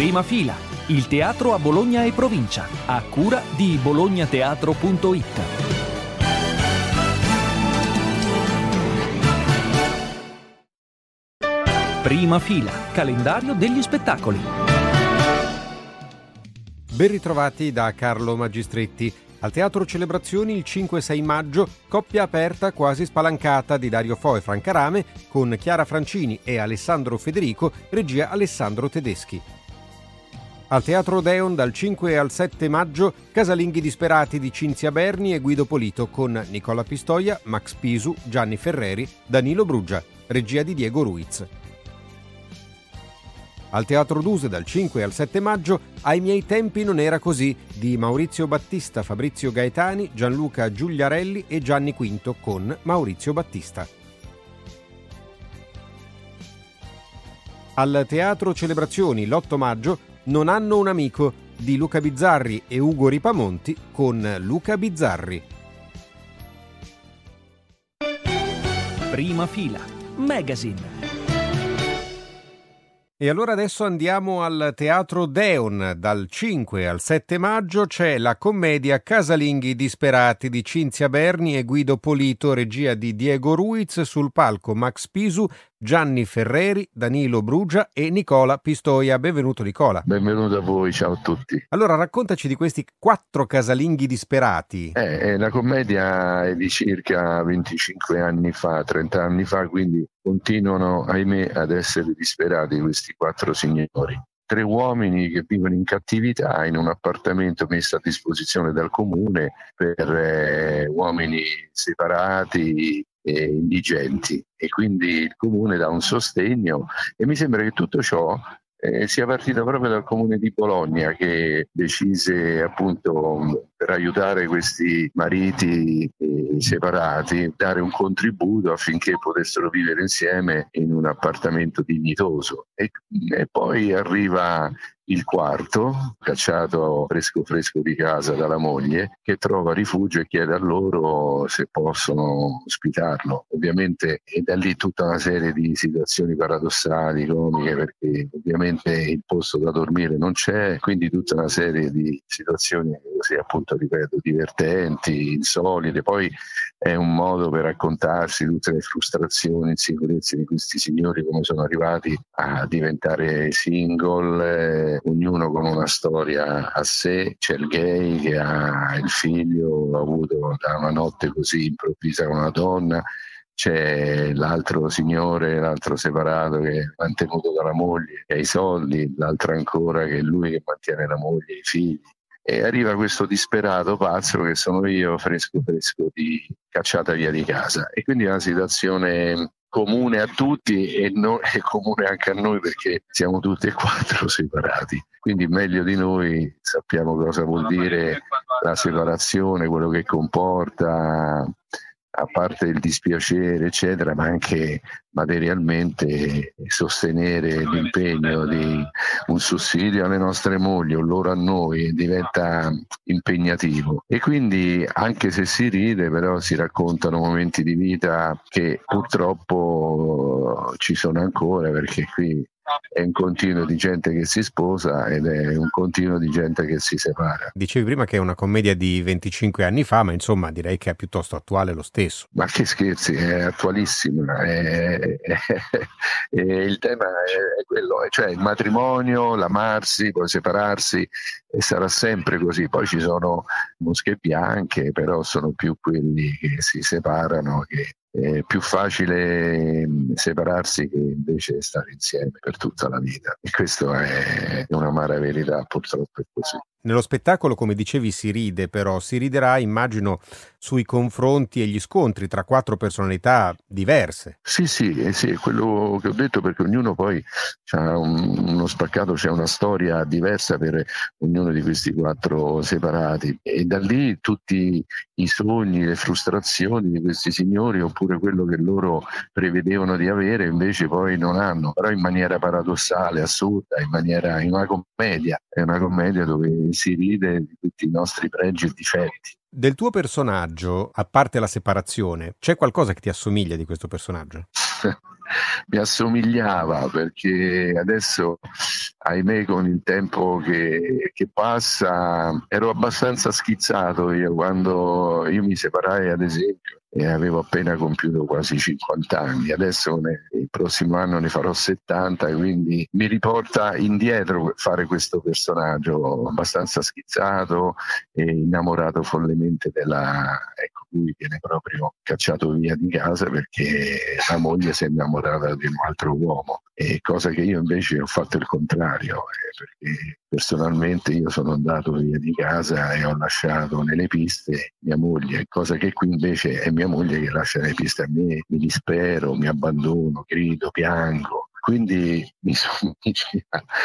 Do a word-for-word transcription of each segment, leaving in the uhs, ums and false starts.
Prima fila, il teatro a Bologna e provincia, a cura di bolognateatro punto it. Prima fila, calendario degli spettacoli. Ben ritrovati da Carlo Magistretti. Al Teatro Celebrazioni il cinque sei maggio, coppia aperta quasi spalancata di Dario Fo e Franca Rame con Chiara Francini e Alessandro Federico, regia Alessandro Tedeschi. Al Teatro Odeon dal cinque al sette maggio, Casalinghi disperati di Cinzia Berni e Guido Polito con Nicola Pistoia, Max Pisu, Gianni Ferreri, Danilo Brugia, regia di Diego Ruiz. Al Teatro Duse dal cinque al sette maggio, Ai miei tempi non era così, di Maurizio Battista, Fabrizio Gaetani, Gianluca Giugliarelli e Gianni Quinto con Maurizio Battista. Al Teatro Celebrazioni l'otto maggio, Non hanno un amico, di Luca Bizzarri e Ugo Ripamonti con Luca Bizzarri. Prima fila, Magazine. E allora adesso andiamo al Teatro Odeon. Dal cinque al sette maggio c'è la commedia Casalinghi disperati di Cinzia Berni e Guido Polito, regia di Diego Ruiz, sul palco Max Pisu, Gianni Ferreri, Danilo Brugia e Nicola Pistoia. Benvenuto Nicola. Benvenuto a voi, ciao a tutti. Allora raccontaci di questi quattro casalinghi disperati. Eh, la commedia è di circa venticinque anni fa, trenta anni fa, quindi continuano, ahimè, ad essere disperati questi quattro signori. Tre uomini che vivono in cattività in un appartamento messo a disposizione dal comune per eh, uomini separati e indigenti, e quindi il comune dà un sostegno, e mi sembra che tutto ciò eh, sia partito proprio dal comune di Bologna, che decise appunto, per aiutare questi mariti eh, separati, dare un contributo affinché potessero vivere insieme in un appartamento dignitoso. E, e poi arriva il quarto, cacciato fresco fresco di casa dalla moglie, che trova rifugio e chiede a loro se possono ospitarlo. Ovviamente è da lì tutta una serie di situazioni paradossali, comiche, perché ovviamente il posto da dormire non c'è, quindi tutta una serie di situazioni così, appunto, ripeto, divertenti, insolite. Poi è un modo per raccontarsi tutte le frustrazioni, insicurezze di questi signori, come sono arrivati a diventare single, eh, ognuno con una storia a sé. C'è il gay che ha il figlio avuto da una notte così improvvisa con una donna, c'è l'altro signore, l'altro separato che è mantenuto dalla moglie, che ha i soldi, l'altro ancora che è lui che mantiene la moglie e i figli. E arriva questo disperato pazzo che sono io, fresco fresco di cacciata via di casa. E quindi è una situazione comune a tutti e, no, è comune anche a noi, perché siamo tutti e quattro separati. Quindi meglio di noi sappiamo cosa vuol dire la separazione, quello che comporta, a parte il dispiacere eccetera, ma anche materialmente sostenere l'impegno di un sussidio alle nostre mogli o loro a noi diventa impegnativo. E quindi, anche se si ride, però si raccontano momenti di vita che purtroppo ci sono ancora, perché qui è un continuo di gente che si sposa ed è un continuo di gente che si separa. Dicevi prima che è una commedia di venticinque anni fa, ma insomma direi che è piuttosto attuale lo stesso. Ma che scherzi, è attualissima. È, è, è, il tema è, è quello, cioè il matrimonio, l'amarsi, poi separarsi, e sarà sempre così. Poi ci sono mosche bianche, però sono più quelli che si separano, che è più facile separarsi che invece stare insieme per tutta la vita, e questo è un'amara verità, purtroppo è così. Nello spettacolo, come dicevi, si ride, però si riderà, immagino, sui confronti e gli scontri tra quattro personalità diverse. Sì, sì, eh sì, è quello che ho detto, perché ognuno poi ha un, uno spaccato, c'è una storia diversa per ognuno di questi quattro separati, e da lì tutti i sogni, le frustrazioni di questi signori, oppure quello che loro prevedevano di avere invece poi non hanno, però in maniera paradossale, assurda, in maniera in una commedia, è una commedia dove si ride di tutti i nostri pregi e difetti. Del tuo personaggio, a parte la separazione, c'è qualcosa che ti assomiglia di questo personaggio? Mi assomigliava, perché adesso ahimè con il tempo che, che passa ero abbastanza schizzato io quando io mi separai, ad esempio, e avevo appena compiuto quasi cinquanta anni. Adesso ne, il prossimo anno ne farò settanta, quindi mi riporta indietro fare questo personaggio abbastanza schizzato e innamorato follemente della... ecco, lui viene proprio cacciato via di casa perché la moglie si è innamorata di un altro uomo, e cosa che io invece ho fatto il contrario, eh, perché personalmente io sono andato via di casa e ho lasciato nelle piste mia moglie, cosa che qui invece è mia moglie che lascia nelle piste a me, mi dispero, mi abbandono, grido, piango. Quindi mi somiglia,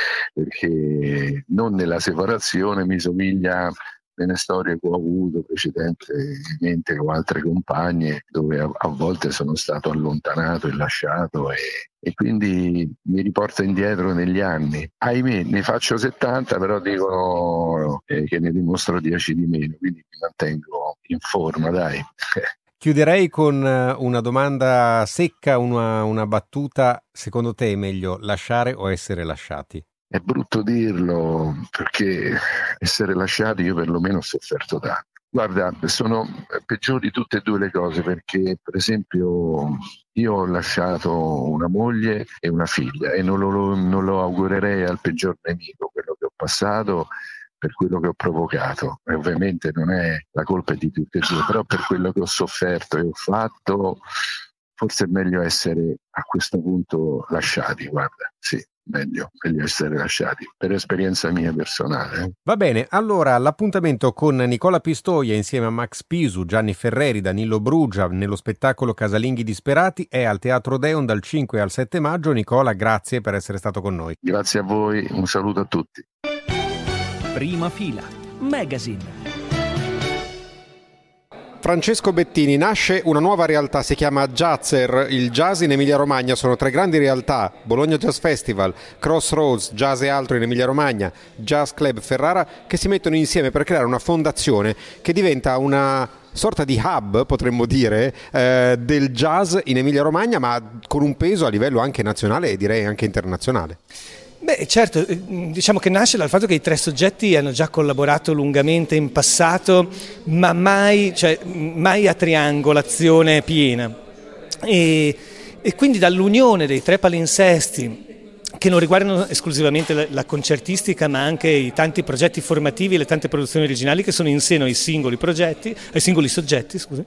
perché non nella separazione, mi somiglia nelle storie che ho avuto precedentemente con altre compagne, dove a, a volte sono stato allontanato e lasciato, e, e quindi mi riporta indietro negli anni. Ahimè, ne faccio settanta, però dicono eh, che ne dimostro dieci di meno, quindi mi mantengo in forma, dai. Chiuderei con una domanda secca, una, una battuta. Secondo te è meglio lasciare o essere lasciati? È brutto dirlo, perché essere lasciati io perlomeno ho sofferto tanto. Guarda, sono peggiori tutte e due le cose, perché per esempio io ho lasciato una moglie e una figlia e non lo, non lo augurerei al peggior nemico quello che ho passato, per quello che ho provocato. E ovviamente non è la colpa di tutte e due, però per quello che ho sofferto e ho fatto, forse è meglio essere a questo punto lasciati, guarda, sì. Meglio, meglio essere lasciati, per esperienza mia personale. Va bene, allora l'appuntamento con Nicola Pistoia insieme a Max Pisu, Gianni Ferreri, Danilo Brugia nello spettacolo Casalinghi Disperati è al Teatro Odeon dal cinque al sette maggio. Nicola, grazie per essere stato con noi. Grazie a voi, un saluto a tutti. Prima fila, Magazine. Francesco Bettini, nasce una nuova realtà, si chiama Jazzer. Il jazz in Emilia Romagna sono tre grandi realtà: Bologna Jazz Festival, Crossroads Jazz e altro in Emilia Romagna, Jazz Club Ferrara, che si mettono insieme per creare una fondazione che diventa una sorta di hub, potremmo dire, eh, del jazz in Emilia Romagna, ma con un peso a livello anche nazionale e direi anche internazionale. Beh, certo, diciamo che nasce dal fatto che i tre soggetti hanno già collaborato lungamente in passato, ma mai, cioè, mai a triangolazione piena. E, e quindi dall'unione dei tre palinsesti, che non riguardano esclusivamente la, la concertistica, ma anche i tanti progetti formativi e le tante produzioni originali che sono in seno ai singoli progetti, ai singoli soggetti, scusi,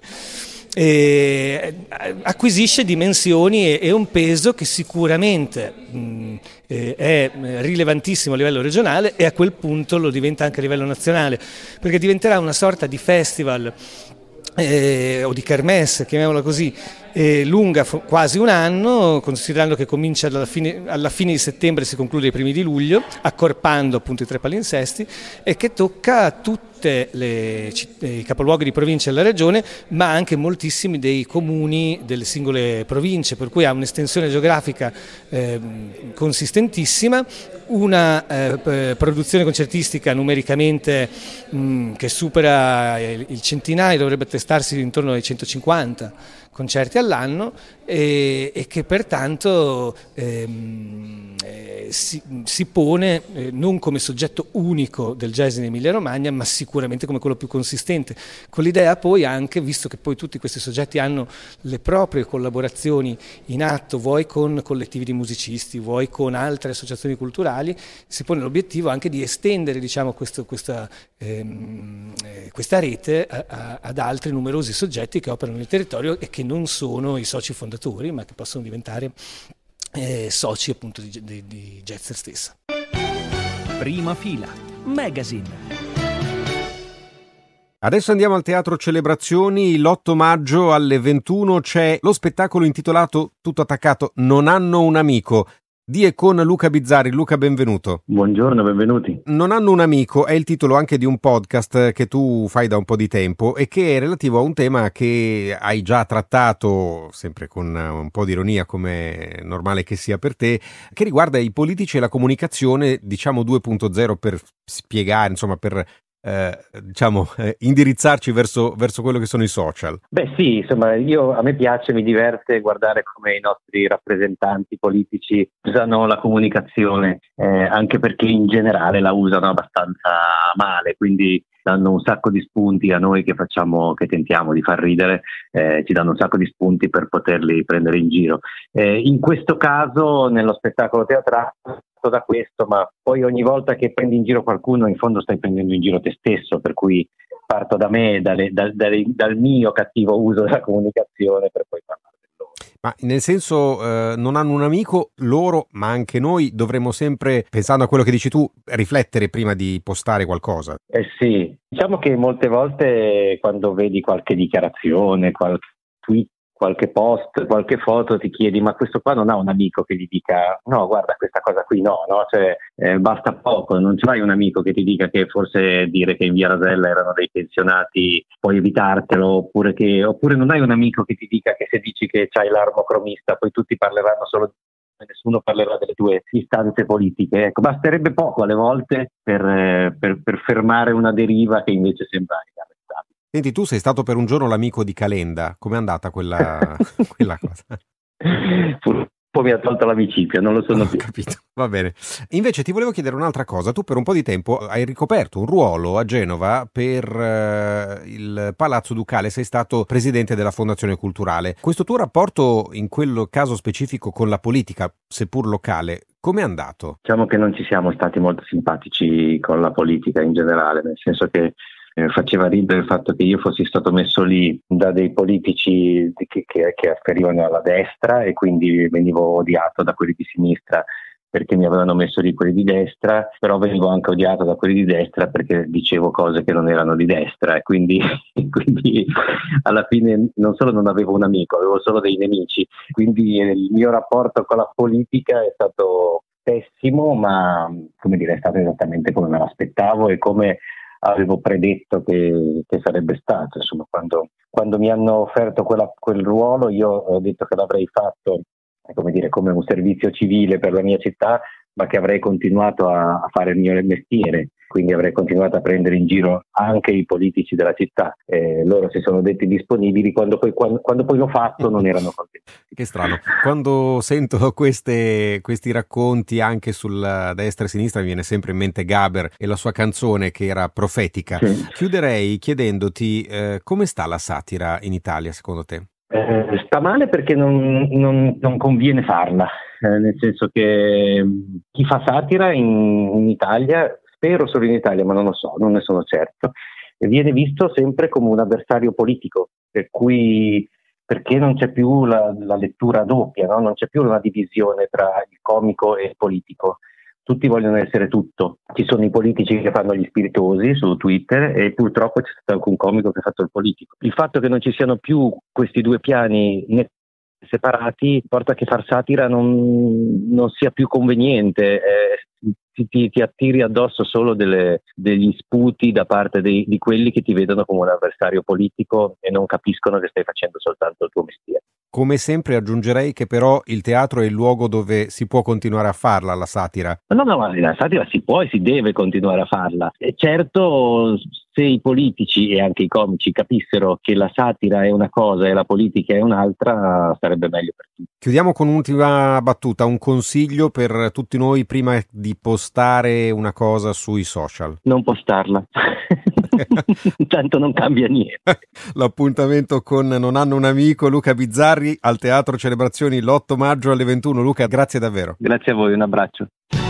e acquisisce dimensioni e, e un peso che sicuramente mh, eh, è rilevantissimo a livello regionale, e a quel punto lo diventa anche a livello nazionale, perché diventerà una sorta di festival eh, o di kermesse, chiamiamola così, eh, lunga f- quasi un anno, considerando che comincia alla fine, alla fine di settembre e si conclude ai primi di luglio, accorpando appunto i tre palinsesti, e che tocca tutte le i capoluoghi di provincia della regione, ma anche moltissimi dei comuni delle singole province, per cui ha un'estensione geografica eh, consistentissima, una eh, produzione concertistica numericamente mh, che supera il, il centinaio, dovrebbe testarsi intorno ai centocinquanta concerti all'anno, e, e che pertanto ehm, eh, si, si pone eh, non come soggetto unico del jazz in Emilia Romagna, ma sicuramente come quello più consistente, con l'idea poi anche, visto che poi tutti questi soggetti hanno le proprie collaborazioni in atto, vuoi con collettivi di musicisti, vuoi con altre associazioni culturali, si pone l'obiettivo anche di estendere, diciamo, questo, questa, ehm, eh, questa rete a, a, ad altri numerosi soggetti che operano nel territorio e che non sono i soci fondatori, ma che possono diventare eh, soci appunto di, di, di Jazzer stessa. Prima fila, Magazine. Adesso andiamo al Teatro Celebrazioni. L'otto maggio alle ventuno c'è lo spettacolo intitolato, tutto attaccato, Non hanno un amico, di e con Luca Bizzarri. Luca, benvenuto. Buongiorno, benvenuti. Non hanno un amico è il titolo anche di un podcast che tu fai da un po' di tempo e che è relativo a un tema che hai già trattato, sempre con un po' di ironia, come è normale che sia per te, che riguarda i politici e la comunicazione, diciamo due punto zero, per spiegare, insomma, per eh, diciamo, eh, indirizzarci verso, verso quello che sono i social. Beh sì, insomma, io a me piace, mi diverte guardare come i nostri rappresentanti politici usano la comunicazione, eh, anche perché in generale la usano abbastanza male, quindi danno un sacco di spunti a noi che facciamo, che tentiamo di far ridere, eh, ci danno un sacco di spunti per poterli prendere in giro. Eh, in questo caso, nello spettacolo teatrale, da questo, ma poi ogni volta che prendi in giro qualcuno, in fondo stai prendendo in giro te stesso, per cui parto da me, dalle, dal, dal, dal mio cattivo uso della comunicazione per poi parlare di loro. Ma nel senso, eh, non hanno un amico, loro, ma anche noi dovremmo sempre, pensando a quello che dici tu, riflettere prima di postare qualcosa. Eh sì, diciamo che molte volte quando vedi qualche dichiarazione, qualche tweet, qualche post, qualche foto, ti chiedi ma questo qua non ha un amico che gli dica no guarda questa cosa qui no, no? Cioè eh, basta poco, non c'hai un amico che ti dica che forse dire che in via Rasella erano dei pensionati puoi evitartelo, oppure che oppure non hai un amico che ti dica che se dici che c'hai l'armocromista poi tutti parleranno solo di nessuno parlerà delle tue istanze politiche. Ecco, basterebbe poco alle volte per, eh, per, per fermare una deriva che invece sembra inarrestabile. Senti, tu sei stato per un giorno l'amico di Calenda, com'è andata quella, quella cosa? Poi mi ha tolto l'amicizia, non lo sono Ho più. capito, va bene. Invece ti volevo chiedere un'altra cosa, tu per un po' di tempo hai ricoperto un ruolo a Genova per eh, il Palazzo Ducale, sei stato presidente della Fondazione Culturale. Questo tuo rapporto in quel caso specifico con la politica, seppur locale, com'è andato? Diciamo che non ci siamo stati molto simpatici con la politica in generale, nel senso che Eh, faceva ridere il fatto che io fossi stato messo lì da dei politici che, che, che afferivano alla destra e quindi venivo odiato da quelli di sinistra perché mi avevano messo lì quelli di destra, però venivo anche odiato da quelli di destra perché dicevo cose che non erano di destra e quindi, quindi alla fine non solo non avevo un amico, avevo solo dei nemici, quindi il mio rapporto con la politica è stato pessimo, ma come dire è stato esattamente come me l'aspettavo e come avevo predetto che, che sarebbe stato. Insomma, quando, quando mi hanno offerto quella, quel ruolo io ho detto che l'avrei fatto come dire, come un servizio civile per la mia città, ma che avrei continuato a, a fare il mio mestiere, quindi avrei continuato a prendere in giro anche i politici della città. Eh, loro si sono detti disponibili, quando poi, quando, quando poi l'ho fatto non erano contenti. Che strano, quando sento queste, questi racconti anche sulla destra e sinistra mi viene sempre in mente Gaber e la sua canzone che era profetica. Sì. Chiuderei chiedendoti eh, come sta la satira in Italia secondo te? Eh, sta male perché non, non, non conviene farla, eh, nel senso che chi fa satira in, in Italia, spero solo in Italia, ma non lo so, non ne sono certo, viene visto sempre come un avversario politico, per cui perché non c'è più la, la lettura doppia, no? Non c'è più una divisione tra il comico e il politico. Tutti vogliono essere tutto. Ci sono i politici che fanno gli spiritosi su Twitter e purtroppo c'è stato anche un comico che ha fatto il politico. Il fatto che non ci siano più questi due piani separati porta a che far satira non, non sia più conveniente. Eh, ti, ti, ti attiri addosso solo delle, degli sputi da parte dei, di quelli che ti vedono come un avversario politico e non capiscono che stai facendo soltanto il tuo mestiere. Come sempre aggiungerei che però il teatro è il luogo dove si può continuare a farla, la satira. No, no, ma la satira si può e si deve continuare a farla. E certo, se i politici e anche i comici capissero che la satira è una cosa e la politica è un'altra, sarebbe meglio per tutti. Chiudiamo con un'ultima battuta, un consiglio per tutti noi prima di postare una cosa sui social. Non postarla. Tanto non cambia niente. L'appuntamento con Non hanno un amico, Luca Bizzarri al Teatro Celebrazioni l'otto maggio alle ventuno. Luca, grazie davvero. Grazie a voi, un abbraccio.